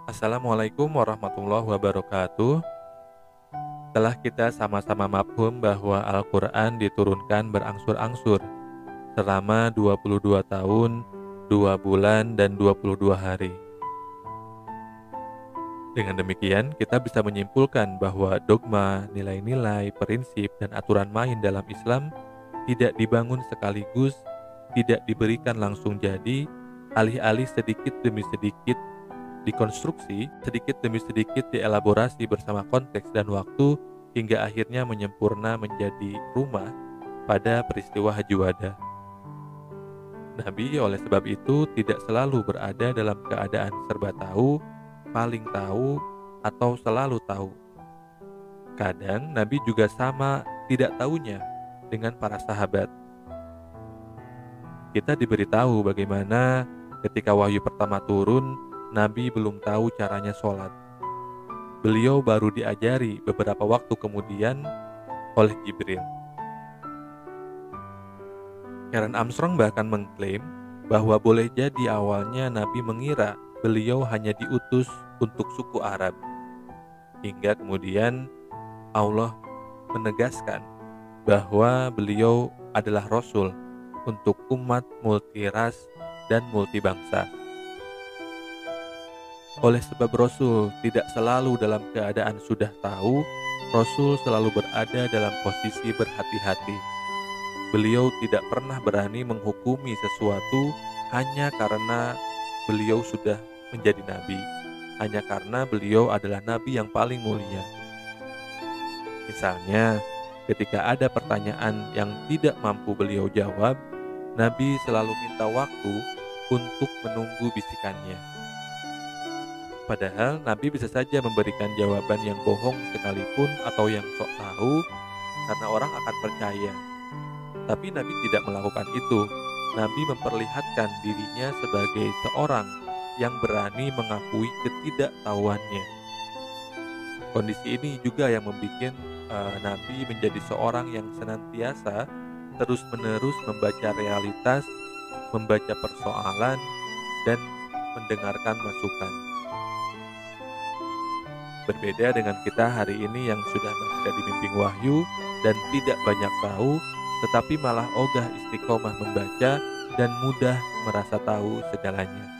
Assalamualaikum warahmatullahi wabarakatuh. Setelah kita sama-sama mafhum bahwa Al-Quran diturunkan berangsur-angsur selama 22 tahun, 2 bulan, dan 22 hari. Dengan demikian, kita bisa menyimpulkan bahwa dogma, nilai-nilai, prinsip, dan aturan main dalam Islam tidak dibangun sekaligus, tidak diberikan langsung jadi, alih-alih sedikit demi sedikit dikonstruksi, sedikit demi sedikit dielaborasi bersama konteks dan waktu, hingga akhirnya menyempurna menjadi rumah pada peristiwa Haji Wada. Nabi oleh sebab itu tidak selalu berada dalam keadaan serba tahu, paling tahu, atau selalu tahu. Kadang Nabi juga sama tidak tahunya dengan para sahabat. Kita diberitahu bagaimana ketika wahyu pertama turun, Nabi belum tahu caranya sholat. Beliau baru diajari beberapa waktu kemudian oleh Jibril. Karen Armstrong bahkan mengklaim bahwa boleh jadi awalnya Nabi mengira beliau hanya diutus untuk suku Arab. Hingga kemudian Allah menegaskan bahwa beliau adalah Rasul untuk umat multiras dan multibangsa. Oleh sebab Rasul tidak selalu dalam keadaan sudah tahu, Rasul selalu berada dalam posisi berhati-hati. Beliau tidak pernah berani menghukumi sesuatu hanya karena beliau sudah menjadi nabi, hanya karena beliau adalah nabi yang paling mulia. Misalnya, ketika ada pertanyaan yang tidak mampu beliau jawab, Nabi selalu minta waktu untuk menunggu bisikannya. Padahal Nabi bisa saja memberikan jawaban yang bohong sekalipun atau yang sok tahu karena orang akan percaya. Tapi Nabi tidak melakukan itu. Nabi memperlihatkan dirinya sebagai seorang yang berani mengakui ketidaktahuannya. Kondisi ini juga yang membuat Nabi menjadi seorang yang senantiasa terus-menerus membaca realitas, membaca persoalan, dan mendengarkan masukan. Berbeda dengan kita hari ini yang sudah berada di bimbing wahyu dan tidak banyak tahu, tetapi malah ogah istiqomah membaca dan mudah merasa tahu segalanya.